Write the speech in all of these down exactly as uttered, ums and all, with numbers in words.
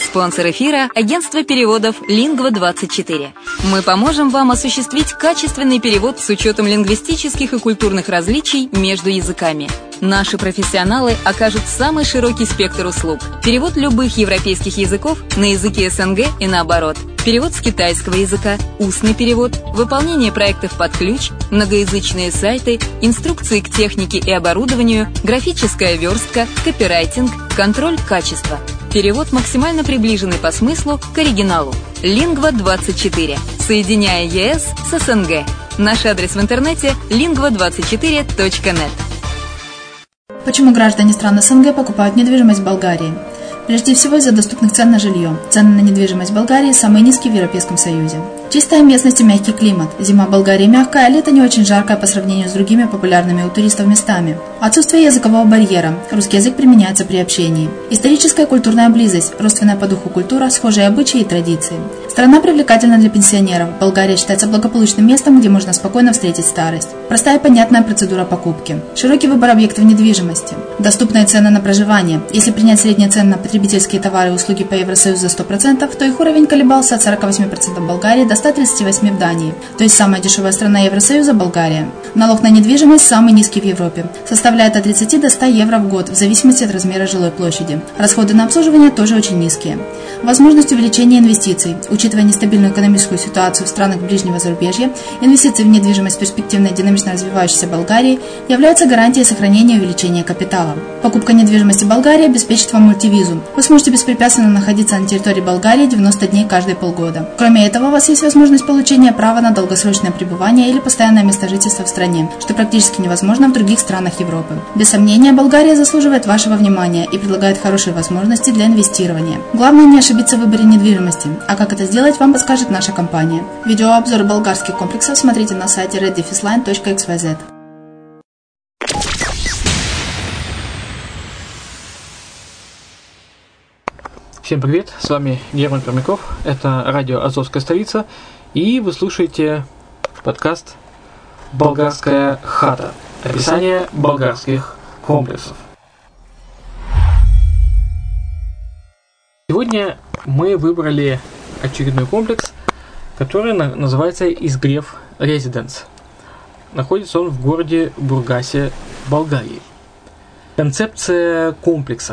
Спонсор эфира – агентство переводов Lingva двадцать четыре. Мы поможем вам осуществить качественный перевод с учетом лингвистических и культурных различий между языками. Наши профессионалы окажут самый широкий спектр услуг. Перевод любых европейских языков на языки СНГ и наоборот. Перевод с китайского языка, устный перевод, выполнение проектов под ключ, многоязычные сайты, инструкции к технике и оборудованию, графическая верстка, копирайтинг, контроль качества. Перевод максимально приближенный по смыслу к оригиналу. Lingva двадцать четыре. Соединяя ЕС с СНГ. Наш адрес в интернете lingva двадцать четыре точка нет. Почему граждане стран СНГ покупают недвижимость в Болгарии? Прежде всего из-за доступных цен на жилье. Цены на недвижимость в Болгарии самые низкие в Европейском Союзе. Чистая местность и мягкий климат. Зима в Болгарии мягкая, а лето не очень жаркое по сравнению с другими популярными у туристов местами. Отсутствие языкового барьера. Русский язык применяется при общении. Историческая и культурная близость. Родственная по духу культура, схожие обычаи и традиции. Страна привлекательна для пенсионеров. Болгария считается благополучным местом, где можно спокойно встретить старость. Простая и понятная процедура покупки. Широкий выбор объектов недвижимости. Доступные цены на проживание. Если принять средние цены на потребительские товары и услуги по Евросоюзу за сто процентов, то их уровень колебался от сорок восемь процентов в Болгарии до ста тридцати восьми процентов в Дании. То есть самая дешевая страна Евросоюза – Болгария. Налог на недвижимость самый низкий в Европе. Составляет от тридцати до ста евро в год, в зависимости от размера жилой площади. Расходы на обслуживание тоже очень низкие. Возможность увеличения инвестиций. Учитывая нестабильную экономическую ситуацию в странах ближнего зарубежья, инвестиции в недвижимость перспективной и динамично развивающейся Болгарии являются гарантией сохранения и увеличения капитала. Покупка недвижимости в Болгарии обеспечит вам мультивизу. Вы сможете беспрепятственно находиться на территории Болгарии девяносто дней каждые полгода. Кроме этого, у вас есть возможность получения права на долгосрочное пребывание или постоянное место жительства в стране, что практически невозможно в других странах Европы. Без сомнения, Болгария заслуживает вашего внимания и предлагает хорошие возможности для инвестирования. Главное не ошибиться в выборе недвижимости, а как это сделать, вам подскажет наша компания. Видеообзор болгарских комплексов смотрите на сайте red dash line точка икс уай зет. Всем привет, с вами Герман Пермяков, это радио «Азовская столица», и вы слушаете подкаст «Болгарская хата. Описание болгарских комплексов». Сегодня мы выбрали очередной комплекс, который называется Изгрев Резиденс. Находится он в городе Бургасе, Болгарии. Концепция комплекса.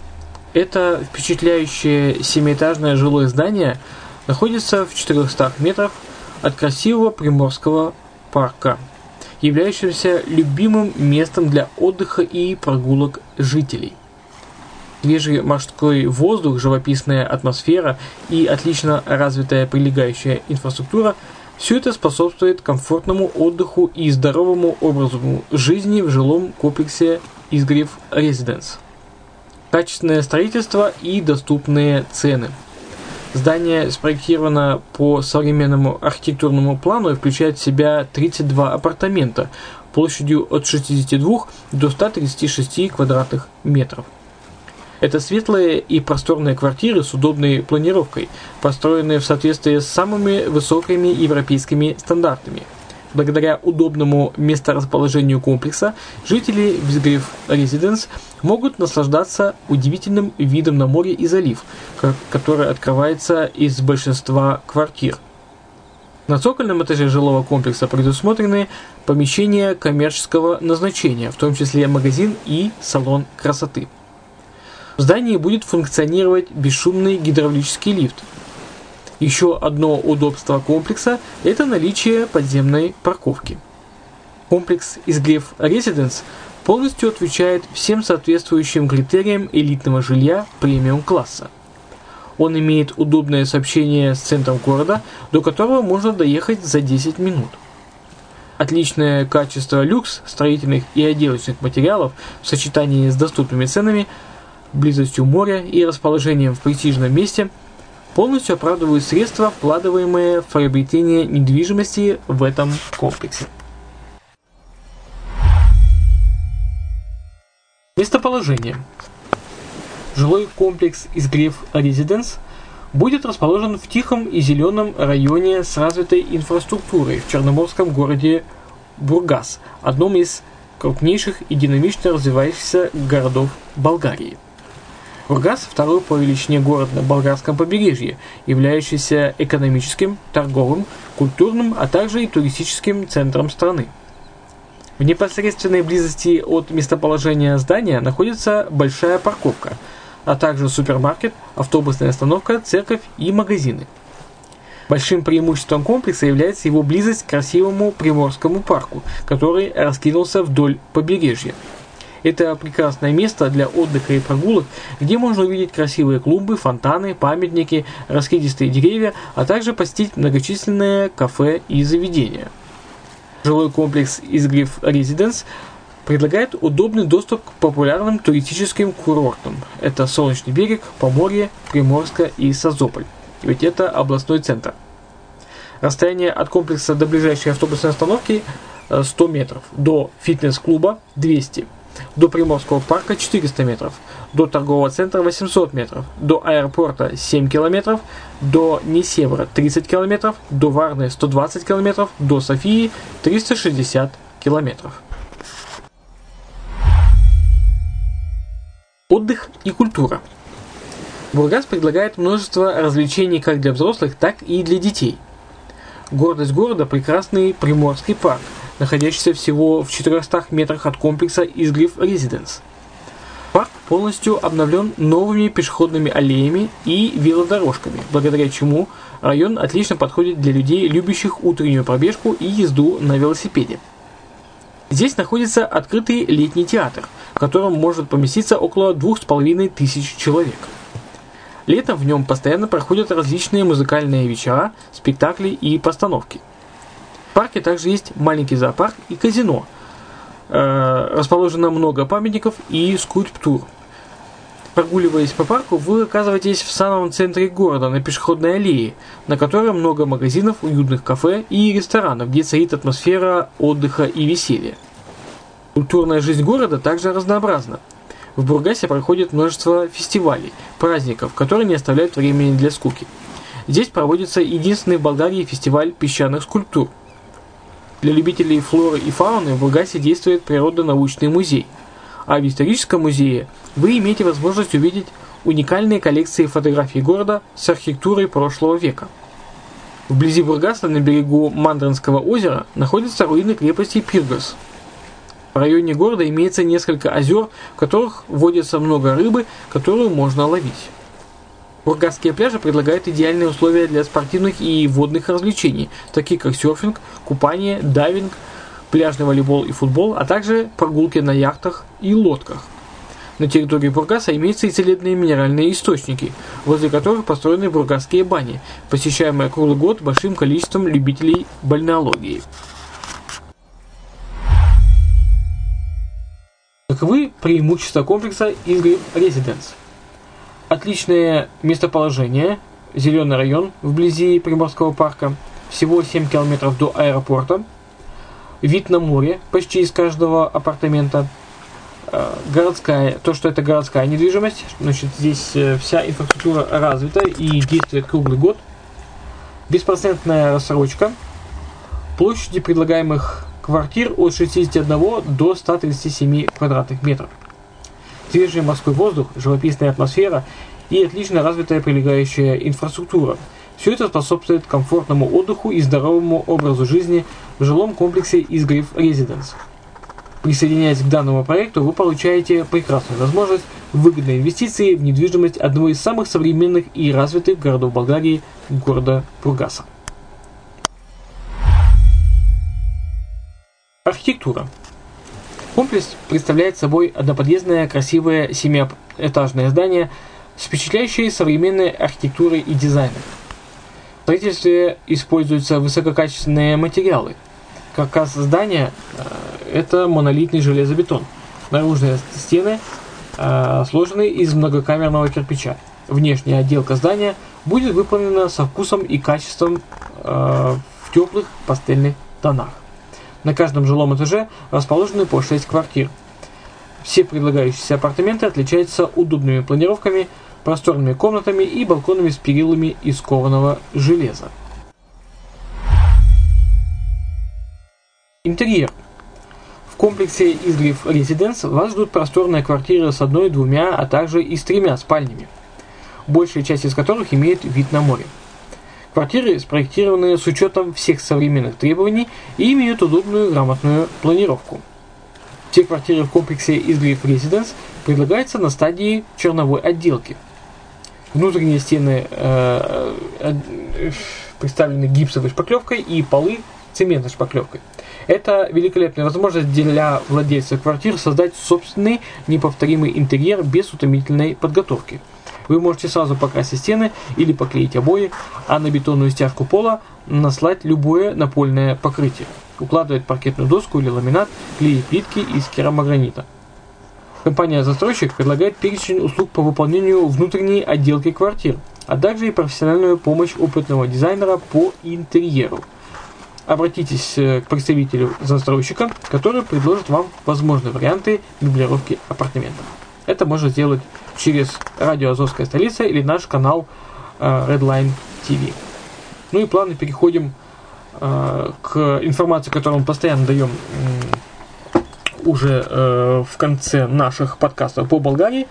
Это впечатляющее семиэтажное жилое здание находится в четырехстах метрах от красивого приморского парка, являющегося любимым местом для отдыха и прогулок жителей. Свежий морской воздух, живописная атмосфера и отлично развитая прилегающая инфраструктура – все это способствует комфортному отдыху и здоровому образу жизни в жилом комплексе Изгрев Резиденс. Качественное строительство и доступные цены. Здание спроектировано по современному архитектурному плану и включает в себя тридцать два апартамента площадью от шестидесяти двух до ста тридцати шести квадратных метров. Это светлые и просторные квартиры с удобной планировкой, построенные в соответствии с самыми высокими европейскими стандартами. Благодаря удобному месторасположению комплекса, жители Изгрев Резиденс могут наслаждаться удивительным видом на море и залив, который открывается из большинства квартир. На цокольном этаже жилого комплекса предусмотрены помещения коммерческого назначения, в том числе магазин и салон красоты. В здании будет функционировать бесшумный гидравлический лифт. Еще одно удобство комплекса – это наличие подземной парковки. Комплекс Изгрев Резиденс полностью отвечает всем соответствующим критериям элитного жилья премиум-класса. Он имеет удобное сообщение с центром города, до которого можно доехать за десять минут. Отличное качество люкс, строительных и отделочных материалов в сочетании с доступными ценами, близостью моря и расположением в престижном месте полностью оправдывают средства, вкладываемые в приобретение недвижимости в этом комплексе. Местоположение. Жилой комплекс Изгрев Резиденс будет расположен в тихом и зеленом районе с развитой инфраструктурой в черноморском городе Бургас, одном из крупнейших и динамично развивающихся городов Болгарии. Бургас – второй по величине город на болгарском побережье, являющийся экономическим, торговым, культурным, а также и туристическим центром страны. В непосредственной близости от местоположения здания находится большая парковка, а также супермаркет, автобусная остановка, церковь и магазины. Большим преимуществом комплекса является его близость к красивому Приморскому парку, который раскинулся вдоль побережья. Это прекрасное место для отдыха и прогулок, где можно увидеть красивые клумбы, фонтаны, памятники, раскидистые деревья, а также посетить многочисленные кафе и заведения. Жилой комплекс Изгрев Резиденс предлагает удобный доступ к популярным туристическим курортам. Это Солнечный берег, Поморье, Приморско и Созополь. Ведь это областной центр. Расстояние от комплекса до ближайшей автобусной остановки сто метров, до фитнес-клуба двести, до Приморского парка четыреста метров, до торгового центра восемьсот метров, до аэропорта семь километров, до Несебра тридцать километров, до Варны сто двадцать километров, до Софии триста шестьдесят километров. Отдых и культура. Бургас предлагает множество развлечений как для взрослых, так и для детей. Гордость города – прекрасный Приморский парк, находящийся всего в четырехстах метрах от комплекса Изгрев Резиденс. Парк полностью обновлен новыми пешеходными аллеями и велодорожками, благодаря чему район отлично подходит для людей, любящих утреннюю пробежку и езду на велосипеде. Здесь находится открытый летний театр, в котором может поместиться около двух с половиной тысяч человек. Летом в нем постоянно проходят различные музыкальные вечера, спектакли и постановки. В парке также есть маленький зоопарк и казино. Э, расположено много памятников и скульптур. Прогуливаясь по парку, вы оказываетесь в самом центре города, на пешеходной аллее, на которой много магазинов, уютных кафе и ресторанов, где царит атмосфера отдыха и веселья. Культурная жизнь города также разнообразна. В Бургасе проходит множество фестивалей, праздников, которые не оставляют времени для скуки. Здесь проводится единственный в Болгарии фестиваль песчаных скульптур. Для любителей флоры и фауны в Бургасе действует природо-научный музей. А в историческом музее вы имеете возможность увидеть уникальные коллекции фотографий города с архитектурой прошлого века. Вблизи Бургаса, на берегу Мандренского озера, находятся руины крепости Пиргос. В районе города имеется несколько озер, в которых водится много рыбы, которую можно ловить. Бургасские пляжи предлагают идеальные условия для спортивных и водных развлечений, такие как серфинг, купание, дайвинг, пляжный волейбол и футбол, а также прогулки на яхтах и лодках. На территории Бургаса имеются и целебные минеральные источники, возле которых построены бургасские бани, посещаемые круглый год большим количеством любителей бальнеологии. Каковы преимущества комплекса Изгрев Резиденс? Отличное местоположение, зеленый район вблизи Приморского парка, всего семь километров до аэропорта, вид на море почти из каждого апартамента, городская, то, что это городская недвижимость, значит, здесь вся инфраструктура развита и действует круглый год, беспроцентная рассрочка, площади предлагаемых квартир от шестидесяти одного до ста тридцати семи квадратных метров. Свежий морской воздух, живописная атмосфера и отлично развитая прилегающая инфраструктура. Все это способствует комфортному отдыху и здоровому образу жизни в жилом комплексе Изгрев Резиденс. Присоединяясь к данному проекту, вы получаете прекрасную возможность выгодной инвестиции в недвижимость одного из самых современных и развитых городов Болгарии, города Бургаса. Архитектура. Комплекс представляет собой одноподъездное красивое семиэтажное здание с впечатляющей современной архитектурой и дизайном. В строительстве используются высококачественные материалы. Каркас здания – это монолитный железобетон. Наружные стены э, сложены из многокамерного кирпича. Внешняя отделка здания будет выполнена со вкусом и качеством э, в теплых пастельных тонах. На каждом жилом этаже расположены по шесть квартир. Все предлагающиеся апартаменты отличаются удобными планировками, просторными комнатами и балконами с перилами из кованого железа. Интерьер. В комплексе Изгрев Резиденс вас ждут просторные квартиры с одной, двумя, а также и с тремя спальнями, большая часть из которых имеет вид на море. Квартиры спроектированы с учетом всех современных требований и имеют удобную грамотную планировку. Те квартиры в комплексе Изгрев Резиденс предлагаются на стадии черновой отделки. Внутренние стены э, э, представлены гипсовой шпаклевкой и полы цементной шпаклевкой. Это великолепная возможность для владельцев квартир создать собственный неповторимый интерьер без утомительной подготовки. Вы можете сразу покрасить стены или поклеить обои, а на бетонную стяжку пола наслать любое напольное покрытие. Укладывать паркетную доску или ламинат, клеить плитки из керамогранита. Компания-застройщик предлагает перечень услуг по выполнению внутренней отделки квартир, а также и профессиональную помощь опытного дизайнера по интерьеру. Обратитесь к представителю застройщика, который предложит вам возможные варианты меблировки апартаментов. Это можно сделать через радио «Азовская столица» или наш канал Redline ти ви. Ну и плавно переходим к информации, которую мы постоянно даем уже э, в конце наших подкастов по Болгарии.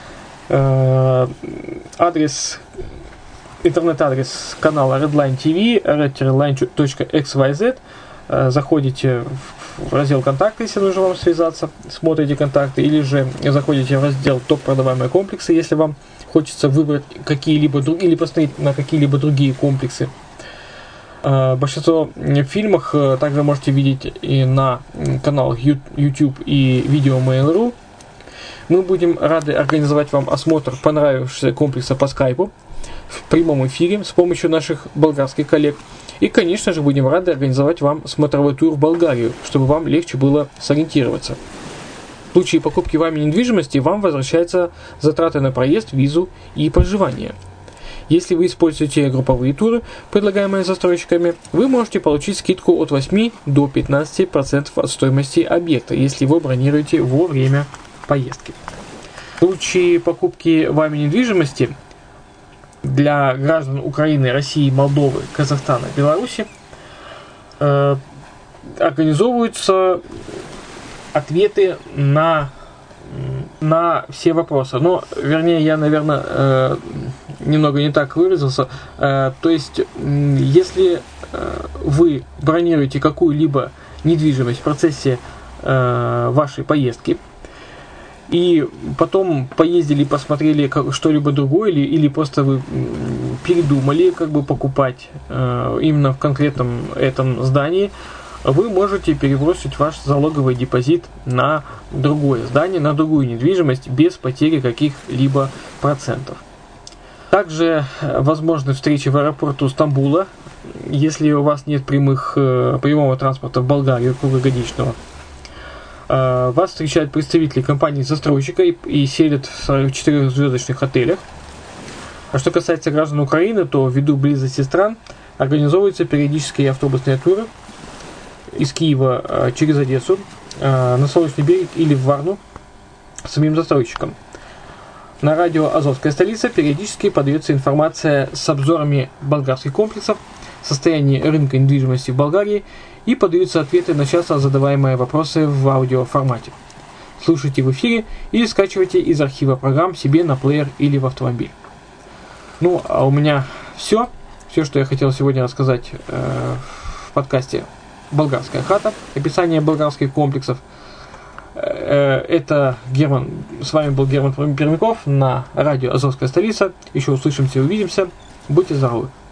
Э, адрес, интернет-адрес канала Redline ти ви, red точка икс вай зет. Э, заходите в раздел «Контакты», если нужно вам связаться, смотрите контакты, или же заходите в раздел «Топ продаваемые комплексы», если вам хочется выбрать какие-либо другие, или посмотреть на какие-либо другие комплексы. Большинство в фильмах также можете видеть и на каналах YouTube и видео Mail.ru. Мы будем рады организовать вам осмотр понравившегося комплекса по скайпу в прямом эфире с помощью наших болгарских коллег. И, конечно же, будем рады организовать вам смотровой тур в Болгарию, чтобы вам легче было сориентироваться. В случае покупки вами недвижимости вам возвращаются затраты на проезд, визу и проживание. Если вы используете групповые туры, предлагаемые застройщиками, вы можете получить скидку от восьми до пятнадцати процентов от стоимости объекта, если вы бронируете во время поездки. В случае покупки вами недвижимости для граждан Украины, России, Молдовы, Казахстана, Беларуси э, организовываются ответы на, на все вопросы. Но, вернее, я, наверное, э, немного не так выразился. Э, то есть, э, если э, вы бронируете какую-либо недвижимость в процессе э, вашей поездки, и потом поездили, посмотрели что-либо другое, или, или просто вы передумали как бы покупать э, именно в конкретном этом здании, вы можете перебросить ваш залоговый депозит на другое здание, на другую недвижимость без потери каких-либо процентов. Также возможны встречи в аэропорту Стамбула, если у вас нет прямых, э, прямого транспорта в Болгарию круглогодичного. Вас встречают представители компании-застройщика и, и селят в четырехзвездочных отелях. А что касается граждан Украины, то ввиду близости стран организовываются периодические автобусные туры из Киева через Одессу на Солнечный берег или в Варну самим застройщиком. На радио «Азовская столица» периодически подается информация с обзорами болгарских комплексов, состояние рынка недвижимости в Болгарии, и подаются ответы на часто задаваемые вопросы в аудиоформате. Слушайте в эфире или скачивайте из архива программ себе на плеер или в автомобиль. Ну, а у меня все. Все, что я хотел сегодня рассказать э, в подкасте «Болгарская хата». Описание болгарских комплексов. Э, это Герман. С вами был Герман Пермяков на радио «Азовская столица». Еще услышимся и увидимся. Будьте здоровы!